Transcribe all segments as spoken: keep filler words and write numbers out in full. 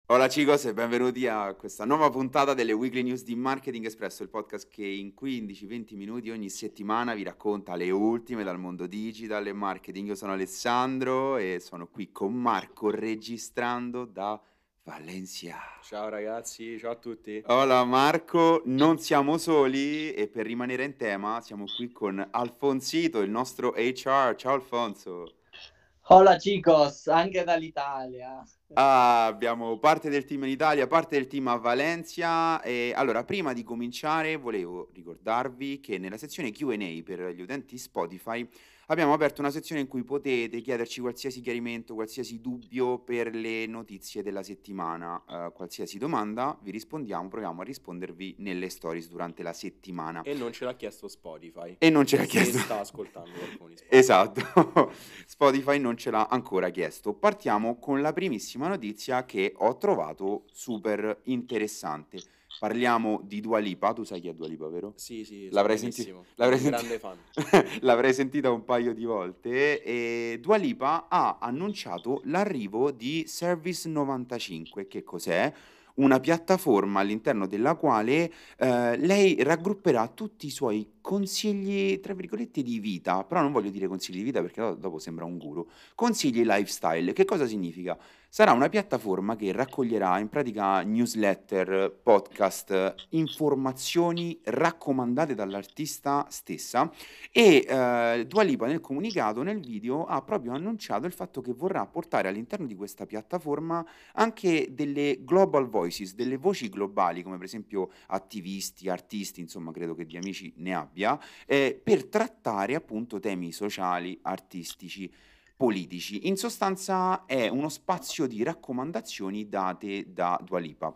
Hola chicos e benvenuti a questa nuova puntata delle Weekly News di Marketing Espresso, il podcast che in quindici venti minuti ogni settimana vi racconta le ultime dal mondo digital e marketing. Io sono Alessandro e sono qui con Marco registrando da Valencia. Ciao ragazzi, ciao a tutti. Hola Marco, non siamo soli e per rimanere in tema siamo qui con Alfonsito, il nostro H R. Ciao Alfonso. Hola chicos, anche dall'Italia. Ah, abbiamo parte del team in Italia, parte del team a Valencia. E allora, prima di cominciare, volevo ricordarvi che nella sezione Q and A per gli utenti Spotify abbiamo aperto una sezione in cui potete chiederci qualsiasi chiarimento, qualsiasi dubbio per le notizie della settimana, eh, qualsiasi domanda, vi rispondiamo, proviamo a rispondervi nelle stories durante la settimana. E non ce l'ha chiesto Spotify. E non ce l'ha Se chiesto. sta ascoltando qualcuno di Spotify. Esatto, Spotify non ce l'ha ancora chiesto. Partiamo con la primissima notizia che ho trovato super interessante. Parliamo di Dua Lipa, tu sai chi è Dua Lipa, vero? Sì, sì, so L'avrai senti- benissimo. l'avrai Sono un senti- grande fan. L'avrai sentita un paio di volte e Dua Lipa ha annunciato l'arrivo di Service novantacinque. Che cos'è? Una piattaforma all'interno della quale eh, lei raggrupperà tutti i suoi consigli, tra virgolette, di vita, però non voglio dire consigli di vita perché do- dopo sembra un guru. Consigli lifestyle. Che cosa significa? Sarà una piattaforma che raccoglierà in pratica newsletter, podcast, informazioni raccomandate dall'artista stessa e eh, Dua Lipa nel comunicato, nel video, ha proprio annunciato il fatto che vorrà portare all'interno di questa piattaforma anche delle global voices, delle voci globali, come per esempio attivisti, artisti, insomma credo che di amici ne abbia, eh, per trattare appunto temi sociali, artistici, politici. In sostanza è uno spazio di raccomandazioni date da Dua Lipa.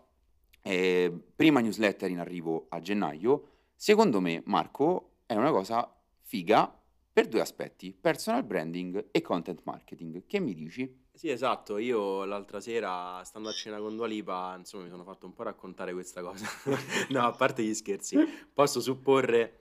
Eh, prima newsletter in arrivo a gennaio. Secondo me, Marco, è una cosa figa per due aspetti, personal branding e content marketing. Che mi dici? Sì, esatto, io l'altra sera, stando a cena con Dua Lipa, insomma, mi sono fatto un po' raccontare questa cosa. No, a parte gli scherzi, posso supporre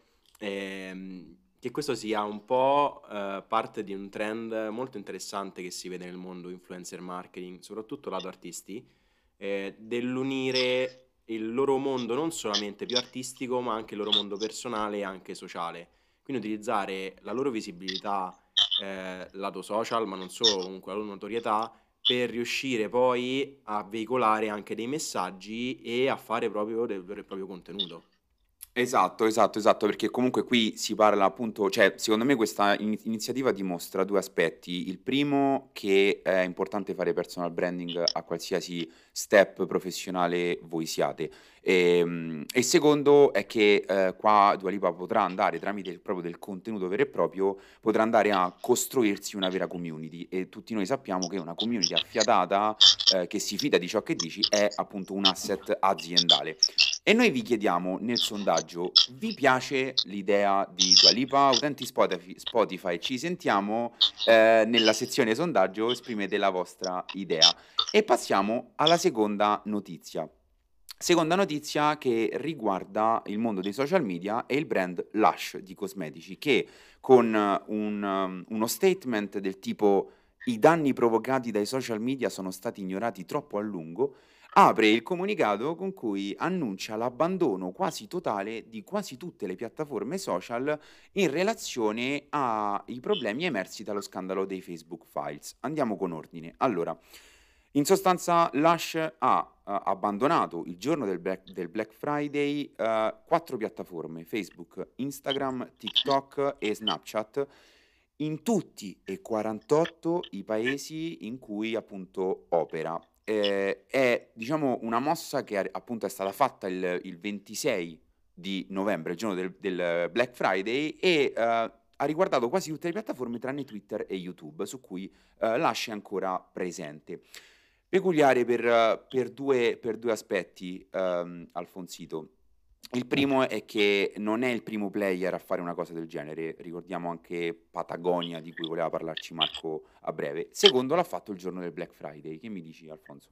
ehm, che questo sia un po' eh, parte di un trend molto interessante che si vede nel mondo influencer marketing, soprattutto lato artisti, eh, dell'unire il loro mondo non solamente più artistico, ma anche il loro mondo personale e anche sociale. Quindi utilizzare la loro visibilità eh, lato social, ma non solo, comunque la loro notorietà, per riuscire poi a veicolare anche dei messaggi e a fare proprio del vero e proprio contenuto. Esatto, esatto, esatto, perché comunque qui si parla appunto, cioè secondo me questa ini- iniziativa dimostra due aspetti. Il primo che è importante fare personal branding a qualsiasi step professionale voi siate. E, mm, e il secondo è che eh, qua Dua Lipa potrà andare tramite il- proprio del contenuto vero e proprio, potrà andare a costruirsi una vera community e tutti noi sappiamo che una community affiatata eh, che si fida di ciò che dici è appunto un asset aziendale. E noi vi chiediamo nel sondaggio, vi piace l'idea di Dua Lipa? Utenti Spotify, Spotify, ci sentiamo eh, nella sezione sondaggio, esprimete la vostra idea. E passiamo alla seconda notizia. Seconda notizia che riguarda il mondo dei social media e il brand Lush di cosmetici, che con eh, un, um, uno statement del tipo i danni provocati dai social media sono stati ignorati troppo a lungo, apre il comunicato con cui annuncia l'abbandono quasi totale di quasi tutte le piattaforme social in relazione ai problemi emersi dallo scandalo dei Facebook Files. Andiamo con ordine. Allora, in sostanza, Lush ha eh, abbandonato il giorno del Black, del Black Friday eh, quattro piattaforme: Facebook, Instagram, TikTok e Snapchat, in tutti e quarantotto i paesi in cui appunto opera. Eh, è diciamo una mossa che è- appunto è stata fatta il, il ventisei di novembre, il giorno del, del Black Friday, e eh, ha riguardato quasi tutte le piattaforme tranne Twitter e YouTube, su cui eh, Lush è ancora presente. Peculiare per, eh, per due, per due aspetti, ehm, Alfonsito. Il primo è che non è il primo player a fare una cosa del genere, ricordiamo anche Patagonia di cui voleva parlarci Marco a breve. Secondo, l'ha fatto il giorno del Black Friday. Che mi dici, Alfonso?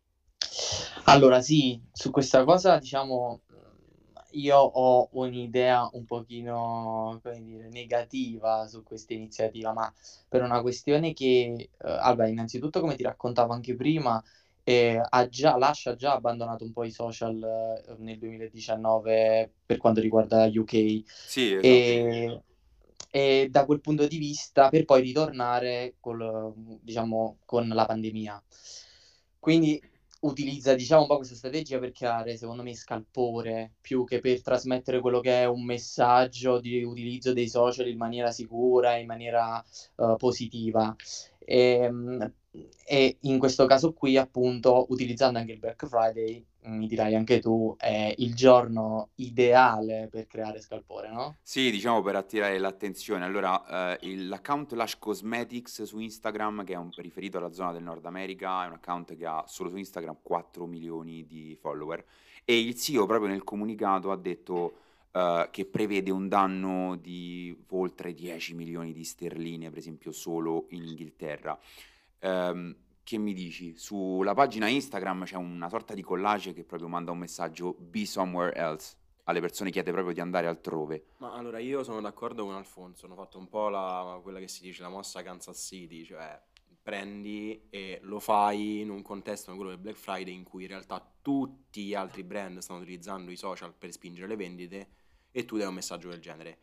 Allora, sì, su questa cosa, diciamo, io ho un'idea un pochino, come dire, negativa su questa iniziativa, ma per una questione che, eh, allora, innanzitutto, come ti raccontavo anche prima, e ha già, lascia già abbandonato un po' i social eh, nel duemiladiciannove per quanto riguarda U K. Sì, esatto. E, e da quel punto di vista per poi ritornare col, diciamo, con la pandemia. Quindi utilizza, diciamo, un po' questa strategia per creare, secondo me, scalpore, più che per trasmettere quello che è un messaggio di utilizzo dei social in maniera sicura, in maniera eh, positiva. Ehm, E, in questo caso qui, appunto, utilizzando anche il Black Friday, mi dirai anche tu, è il giorno ideale per creare scalpore, no? Sì, diciamo per attirare l'attenzione. Allora, eh, il- l'account Lush Cosmetics su Instagram, che è un- riferito alla zona del Nord America, è un account che ha solo su Instagram quattro milioni di follower. E il C E O proprio nel comunicato ha detto eh, che prevede un danno di oltre dieci milioni di sterline, per esempio, solo in Inghilterra. Ehm, che mi dici? Sulla pagina Instagram c'è una sorta di collage che proprio manda un messaggio Be somewhere else. Alle persone chiede proprio di andare altrove. Ma allora io sono d'accordo con Alfonso, hanno fatto un po' la, quella che si dice la mossa Kansas City, cioè prendi e lo fai in un contesto come quello del Black Friday in cui in realtà tutti gli altri brand stanno utilizzando i social per spingere le vendite e tu dai un messaggio del genere.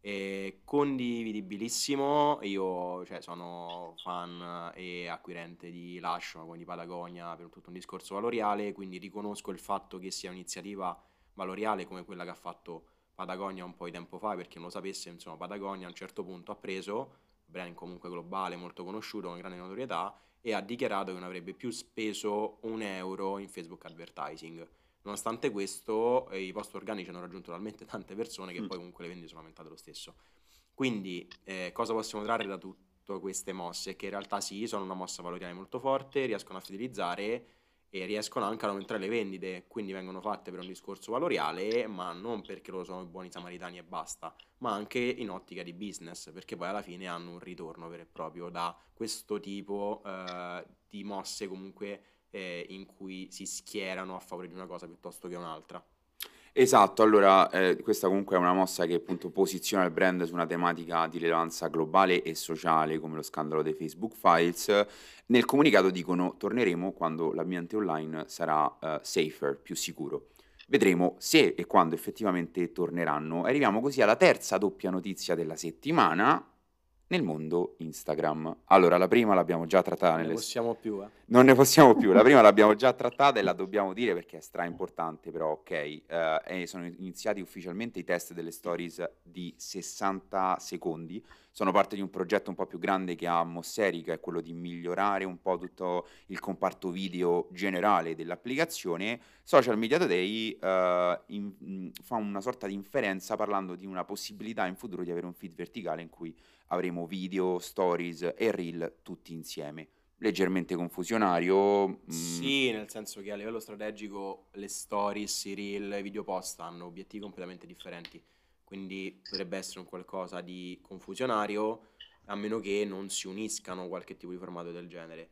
E condividibilissimo, io cioè, sono fan e acquirente di Lush, ma come di Patagonia per tutto un discorso valoriale, quindi riconosco il fatto che sia un'iniziativa valoriale come quella che ha fatto Patagonia un po' di tempo fa, per chi non lo sapesse, insomma, Patagonia a un certo punto ha preso, brand comunque globale, molto conosciuto, con grande notorietà, e ha dichiarato che non avrebbe più speso un euro in Facebook advertising. Nonostante questo, eh, i post organici hanno raggiunto talmente tante persone che Mm. poi comunque le vendite sono aumentate lo stesso. Quindi, eh, cosa possiamo trarre da tutte queste mosse? Che in realtà sì, sono una mossa valoriale molto forte, riescono a fidelizzare e riescono anche ad aumentare le vendite, quindi vengono fatte per un discorso valoriale, ma non perché loro sono i buoni samaritani e basta, ma anche in ottica di business, perché poi alla fine hanno un ritorno vero e proprio da questo tipo eh, di mosse comunque eh, in cui si schierano a favore di una cosa piuttosto che un'altra. Esatto, allora eh, questa comunque è una mossa che appunto posiziona il brand su una tematica di rilevanza globale e sociale come lo scandalo dei Facebook Files. Nel comunicato dicono torneremo quando l'ambiente online sarà eh, safer, più sicuro. Vedremo se e quando effettivamente torneranno. Arriviamo così alla terza doppia notizia della settimana nel mondo Instagram. Allora, la prima l'abbiamo già trattata Non ne nelle... possiamo più, eh. Non ne possiamo più, la prima l'abbiamo già trattata e la dobbiamo dire perché è stra importante, però ok, eh, e sono iniziati ufficialmente i test delle stories di sessanta secondi, sono parte di un progetto un po' più grande che ha Mosseri, che è quello di migliorare un po' tutto il comparto video generale dell'applicazione. Social Media Today eh, in- mh, fa una sorta di inferenza parlando di una possibilità in futuro di avere un feed verticale in cui avremo video, stories e reel tutti insieme leggermente confusionario. mm, Sì, nel senso che a livello strategico le stories, i reel, i video post hanno obiettivi completamente differenti, quindi potrebbe essere un qualcosa di confusionario, a meno che non si uniscano qualche tipo di formato del genere.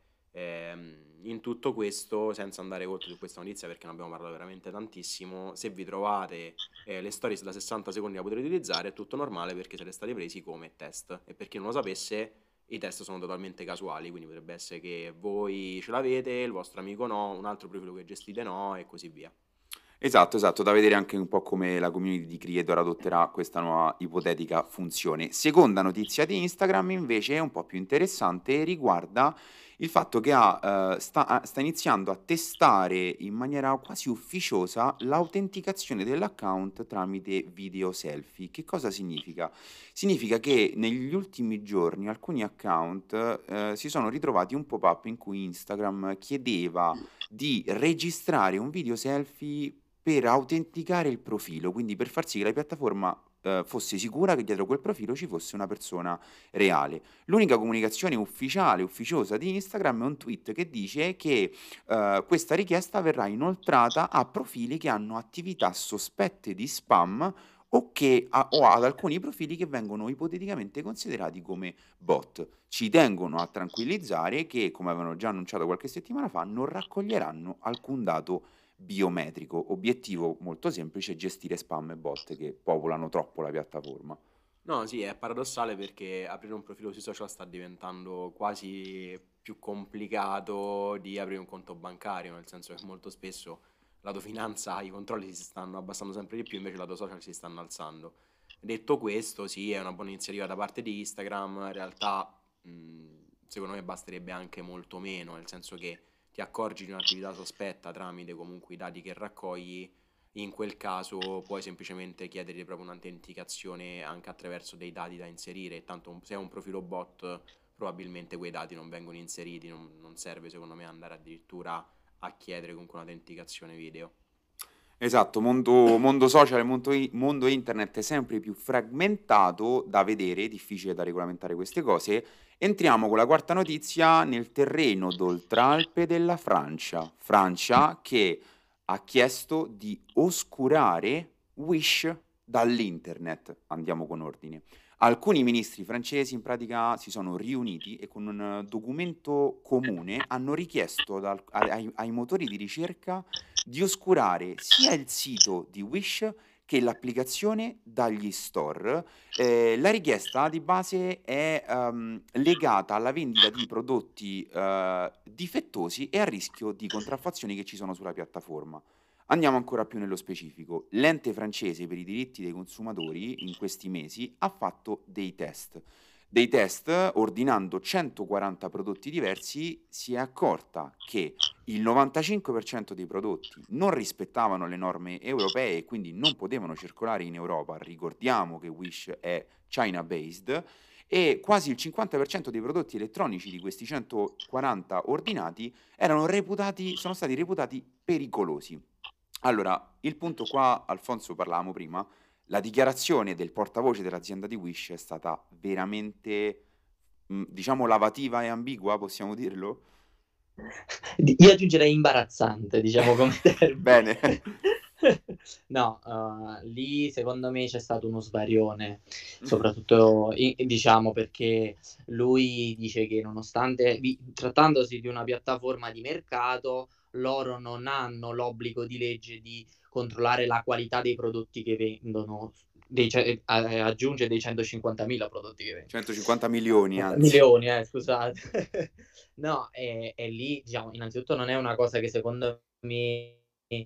Ehm, in tutto questo, senza andare oltre su questa notizia perché ne abbiamo parlato veramente tantissimo, se vi trovate eh, le stories da sessanta secondi la potete utilizzare, è tutto normale perché siete stati presi come test. E per chi non lo sapesse, i test sono totalmente casuali, quindi potrebbe essere che voi ce l'avete, il vostro amico no, un altro profilo che gestite no e così via. Esatto, esatto, da vedere anche un po' come la community di creator adotterà questa nuova ipotetica funzione. Seconda notizia di Instagram invece è un po' più interessante, riguarda il fatto che ha, eh, sta, ah, sta iniziando a testare in maniera quasi ufficiosa l'autenticazione dell'account tramite video selfie. Che cosa significa? Significa che negli ultimi giorni alcuni account eh, si sono ritrovati un pop-up in cui Instagram chiedeva di registrare un video selfie per autenticare il profilo, quindi per far sì che la piattaforma eh, fosse sicura che dietro quel profilo ci fosse una persona reale. L'unica comunicazione ufficiale, ufficiosa di Instagram è un tweet che dice che eh, questa richiesta verrà inoltrata a profili che hanno attività sospette di spam o, che, a- o ad alcuni profili che vengono ipoteticamente considerati come bot. Ci tengono a tranquillizzare che, come avevano già annunciato qualche settimana fa, non raccoglieranno alcun dato biometrico. Obiettivo molto semplice: gestire spam e bot che popolano troppo la piattaforma. No, sì, è paradossale perché aprire un profilo sui social sta diventando quasi più complicato di aprire un conto bancario, nel senso che molto spesso lato finanza i controlli si stanno abbassando sempre di più, invece lato social si stanno alzando. Detto questo, sì, è una buona iniziativa da parte di Instagram, in realtà mh, secondo me basterebbe anche molto meno, nel senso che ti accorgi di un'attività sospetta tramite comunque i dati che raccogli. In quel caso puoi semplicemente chiedere proprio un'autenticazione anche attraverso dei dati da inserire, tanto un- se è un profilo bot probabilmente quei dati non vengono inseriti, non, non serve secondo me andare addirittura a chiedere comunque un'autenticazione video. Esatto, mondo, mondo social e mondo, i- mondo internet è sempre più frammentato da vedere, difficile da regolamentare queste cose. Entriamo con la quarta notizia nel terreno d'Oltralpe della Francia. Francia che ha chiesto di oscurare Wish dall'internet. Andiamo con ordine. Alcuni ministri francesi in pratica si sono riuniti e con un eh, documento comune hanno richiesto dal- ai ai motori di ricerca di oscurare sia il sito di Wish che l'applicazione dagli store. Eh, la richiesta di base è ehm, legata alla vendita di prodotti eh, difettosi e al rischio di contraffazioni che ci sono sulla piattaforma. Andiamo ancora più nello specifico. L'ente francese per i diritti dei consumatori in questi mesi ha fatto dei test. Dei test, ordinando centoquaranta prodotti diversi, si è accorta che il novantacinque per cento dei prodotti non rispettavano le norme europee e quindi non potevano circolare in Europa. Ricordiamo che Wish è China-based e quasi il cinquanta per cento dei prodotti elettronici di questi centoquaranta ordinati erano reputati, sono stati reputati pericolosi. Allora, il punto qua, Alfonso, parlavamo prima, la dichiarazione del portavoce dell'azienda di Wish è stata veramente, mh, diciamo, lavativa e ambigua, possiamo dirlo? Di- Io aggiungerei imbarazzante, diciamo come termine. Bene. No, uh, lì secondo me c'è stato uno svarione, soprattutto i- diciamo perché lui dice che nonostante, vi- trattandosi di una piattaforma di mercato, loro non hanno l'obbligo di legge di controllare la qualità dei prodotti che vendono, dei, ce- eh, aggiunge dei centocinquantamila prodotti che vendono. centocinquanta milioni, anzi. Milioni, eh, scusate. No, e, e lì, diciamo, innanzitutto non è una cosa che secondo me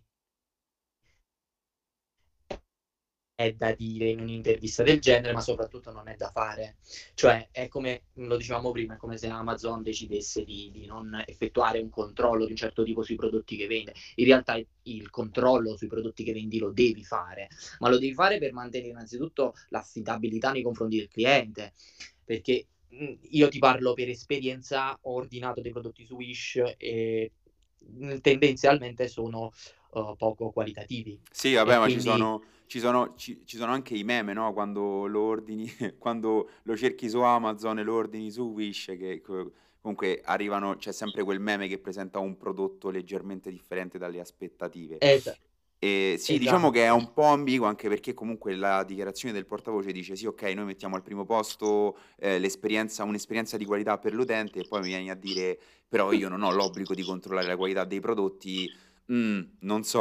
è da dire in un'intervista del genere, ma soprattutto non è da fare. Cioè, è come lo dicevamo prima, è come se Amazon decidesse di, di non effettuare un controllo di un certo tipo sui prodotti che vende. In realtà il controllo sui prodotti che vendi lo devi fare, ma lo devi fare per mantenere innanzitutto l'affidabilità nei confronti del cliente, perché mh, io ti parlo per esperienza, ho ordinato dei prodotti su Wish e mh, tendenzialmente sono uh, poco qualitativi Sì, e vabbè, ma ci quindi sono, ci sono, ci, ci sono anche i meme, no? Quando lo ordini, quando lo cerchi su Amazon e lo ordini su Wish, che co- comunque arrivano, c'è sempre quel meme che presenta un prodotto leggermente differente dalle aspettative. es- E sì, diciamo che è esatto. un po' ambiguo anche perché comunque la dichiarazione del portavoce dice sì, ok, noi mettiamo al primo posto eh, l'esperienza, un'esperienza di qualità per l'utente e poi mi vieni a dire però io non ho l'obbligo di controllare la qualità dei prodotti. Mm, non so,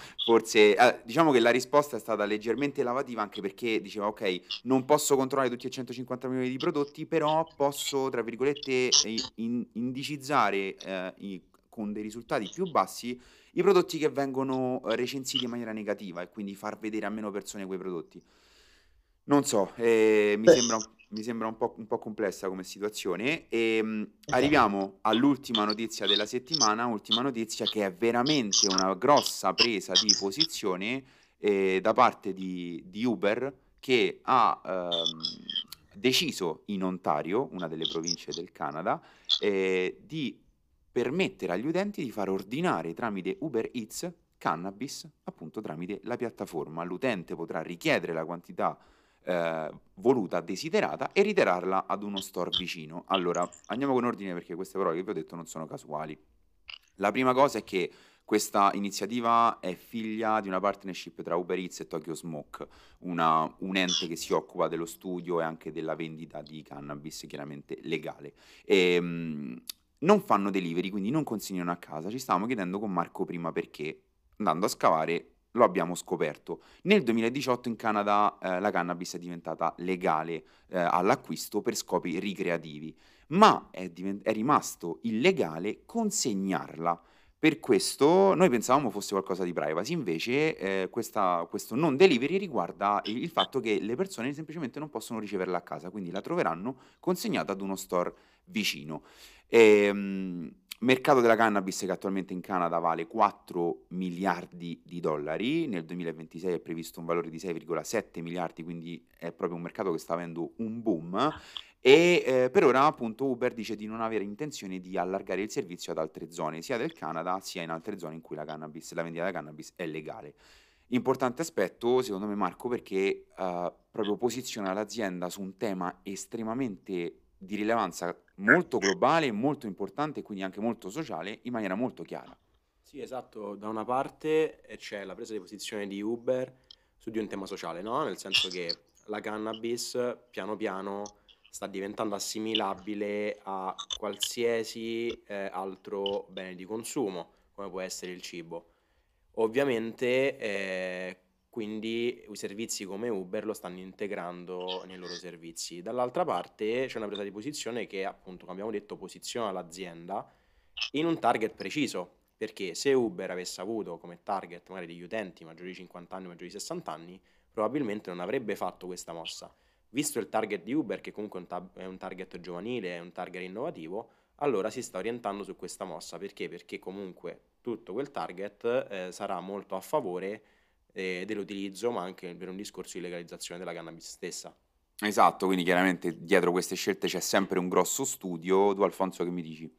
forse eh, diciamo che la risposta è stata leggermente lavativa anche perché diceva ok, non posso controllare tutti e centocinquanta milioni di prodotti, però posso, tra virgolette, i- in- indicizzare eh, i- con dei risultati più bassi i prodotti che vengono eh, recensiti in maniera negativa e quindi far vedere a meno persone quei prodotti. Non so, eh, mi Beh, sembra, un- mi sembra un po', un po' complessa come situazione. E, mh, esatto. arriviamo all'ultima notizia della settimana, ultima notizia che è veramente una grossa presa di posizione eh, da parte di, di Uber che ha ehm, deciso in Ontario, una delle province del Canada, eh, di permettere agli utenti di far ordinare tramite Uber Eats cannabis appunto tramite la piattaforma. L'utente potrà richiedere la quantità eh, voluta, desiderata e ritirarla ad uno store vicino. Allora, andiamo con ordine perché queste parole che vi ho detto non sono casuali. La prima cosa è che questa iniziativa è figlia di una partnership tra Uber Eats e Tokyo Smoke, una- un ente che si occupa dello studio e anche della vendita di cannabis, chiaramente legale. E, mh, non fanno delivery, quindi non consegnano a casa. Ci stavamo chiedendo con Marco prima perché, andando a scavare, lo abbiamo scoperto. Nel duemiladiciotto in Canada eh, la cannabis è diventata legale eh, all'acquisto per scopi ricreativi, ma è, diven- è rimasto illegale consegnarla. Per questo noi pensavamo fosse qualcosa di privacy, invece eh, questa- questo non delivery riguarda il, il fatto che le persone semplicemente non possono riceverla a casa, quindi la troveranno consegnata ad uno store vicino. Ehm, mercato della cannabis che attualmente in Canada vale quattro miliardi di dollari, nel duemilaventisei è previsto un valore di sei virgola sette miliardi, quindi è proprio un mercato che sta avendo un boom. E eh, per ora appunto Uber dice di non avere intenzione di allargare il servizio ad altre zone, sia del Canada sia in altre zone in cui la cannabis, la vendita della cannabis è legale. Importante aspetto, secondo me, Marco, perché eh, proprio posiziona l'azienda su un tema estremamente di rilevanza molto globale, molto importante e quindi anche molto sociale in maniera molto chiara. Sì, esatto, da una parte eh, c'è la presa di posizione di Uber su di un tema sociale, no? Nel senso che la cannabis piano piano sta diventando assimilabile a qualsiasi eh, altro bene di consumo, come può essere il cibo. Ovviamente, eh, quindi i servizi come Uber lo stanno integrando nei loro servizi. Dall'altra parte c'è una presa di posizione che, appunto, come abbiamo detto, posiziona l'azienda in un target preciso, perché se Uber avesse avuto come target magari degli utenti maggiori di cinquanta anni, maggiori di sessanta anni, probabilmente non avrebbe fatto questa mossa. Visto il target di Uber, che comunque è un, tab- è un target giovanile, è un target innovativo, allora si sta orientando su questa mossa. Perché? Perché comunque tutto quel target eh, sarà molto a favore eh, dell'utilizzo, ma anche per un discorso di legalizzazione della cannabis stessa. Esatto, quindi chiaramente dietro queste scelte c'è sempre un grosso studio. Tu, Alfonso, che mi dici?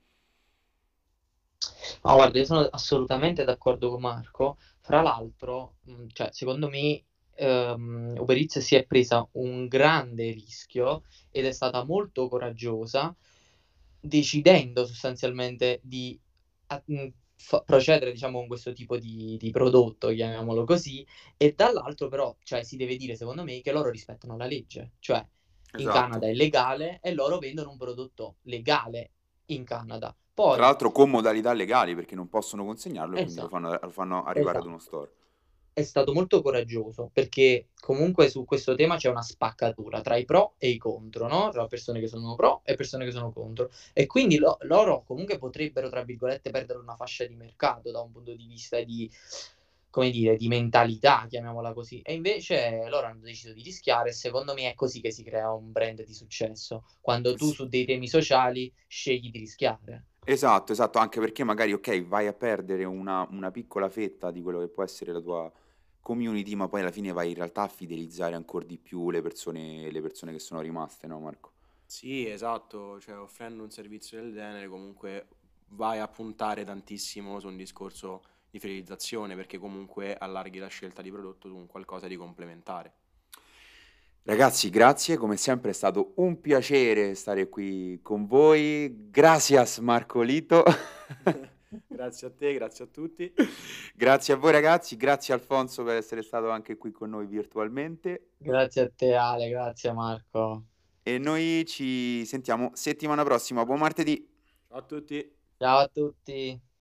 No, guarda, io sono assolutamente d'accordo con Marco. Fra l'altro, mh, cioè, secondo me, ehm, Uber Eats si è presa un grande rischio ed è stata molto coraggiosa, decidendo sostanzialmente di a- mh, fa- procedere, diciamo, con questo tipo di, di prodotto, chiamiamolo così, e dall'altro però, cioè, si deve dire, secondo me, che loro rispettano la legge. Cioè, in Canada Esatto. è legale e loro vendono un prodotto legale in Canada. Tra Poi, l'altro con modalità legali perché non possono consegnarlo e quindi lo esatto. fanno, lo fanno arrivare ad uno Esatto. store. È stato molto coraggioso perché comunque su questo tema c'è una spaccatura tra i pro e i contro, no? Tra persone che sono pro e persone che sono contro. E quindi lo- loro comunque potrebbero, tra virgolette, perdere una fascia di mercato da un punto di vista di, come dire, di mentalità, chiamiamola così. E invece loro hanno deciso di rischiare e secondo me è così che si crea un brand di successo. Quando tu S- su dei temi sociali scegli di rischiare. Esatto, esatto, anche perché magari, ok, vai a perdere una, una piccola fetta di quello che può essere la tua community, ma poi alla fine vai in realtà a fidelizzare ancora di più le persone, le persone che sono rimaste, no, Marco? Sì, esatto, cioè offrendo un servizio del genere comunque vai a puntare tantissimo su un discorso di fidelizzazione perché comunque allarghi la scelta di prodotto su un qualcosa di complementare. Ragazzi, grazie, come sempre è stato un piacere stare qui con voi. Gracias, Marco Lito. Grazie a te, grazie a tutti. Grazie a voi ragazzi, grazie Alfonso per essere stato anche qui con noi virtualmente Grazie a te Ale, grazie Marco. e noi ci sentiamo settimana prossima. Buon martedì! Ciao a tutti. Ciao a tutti.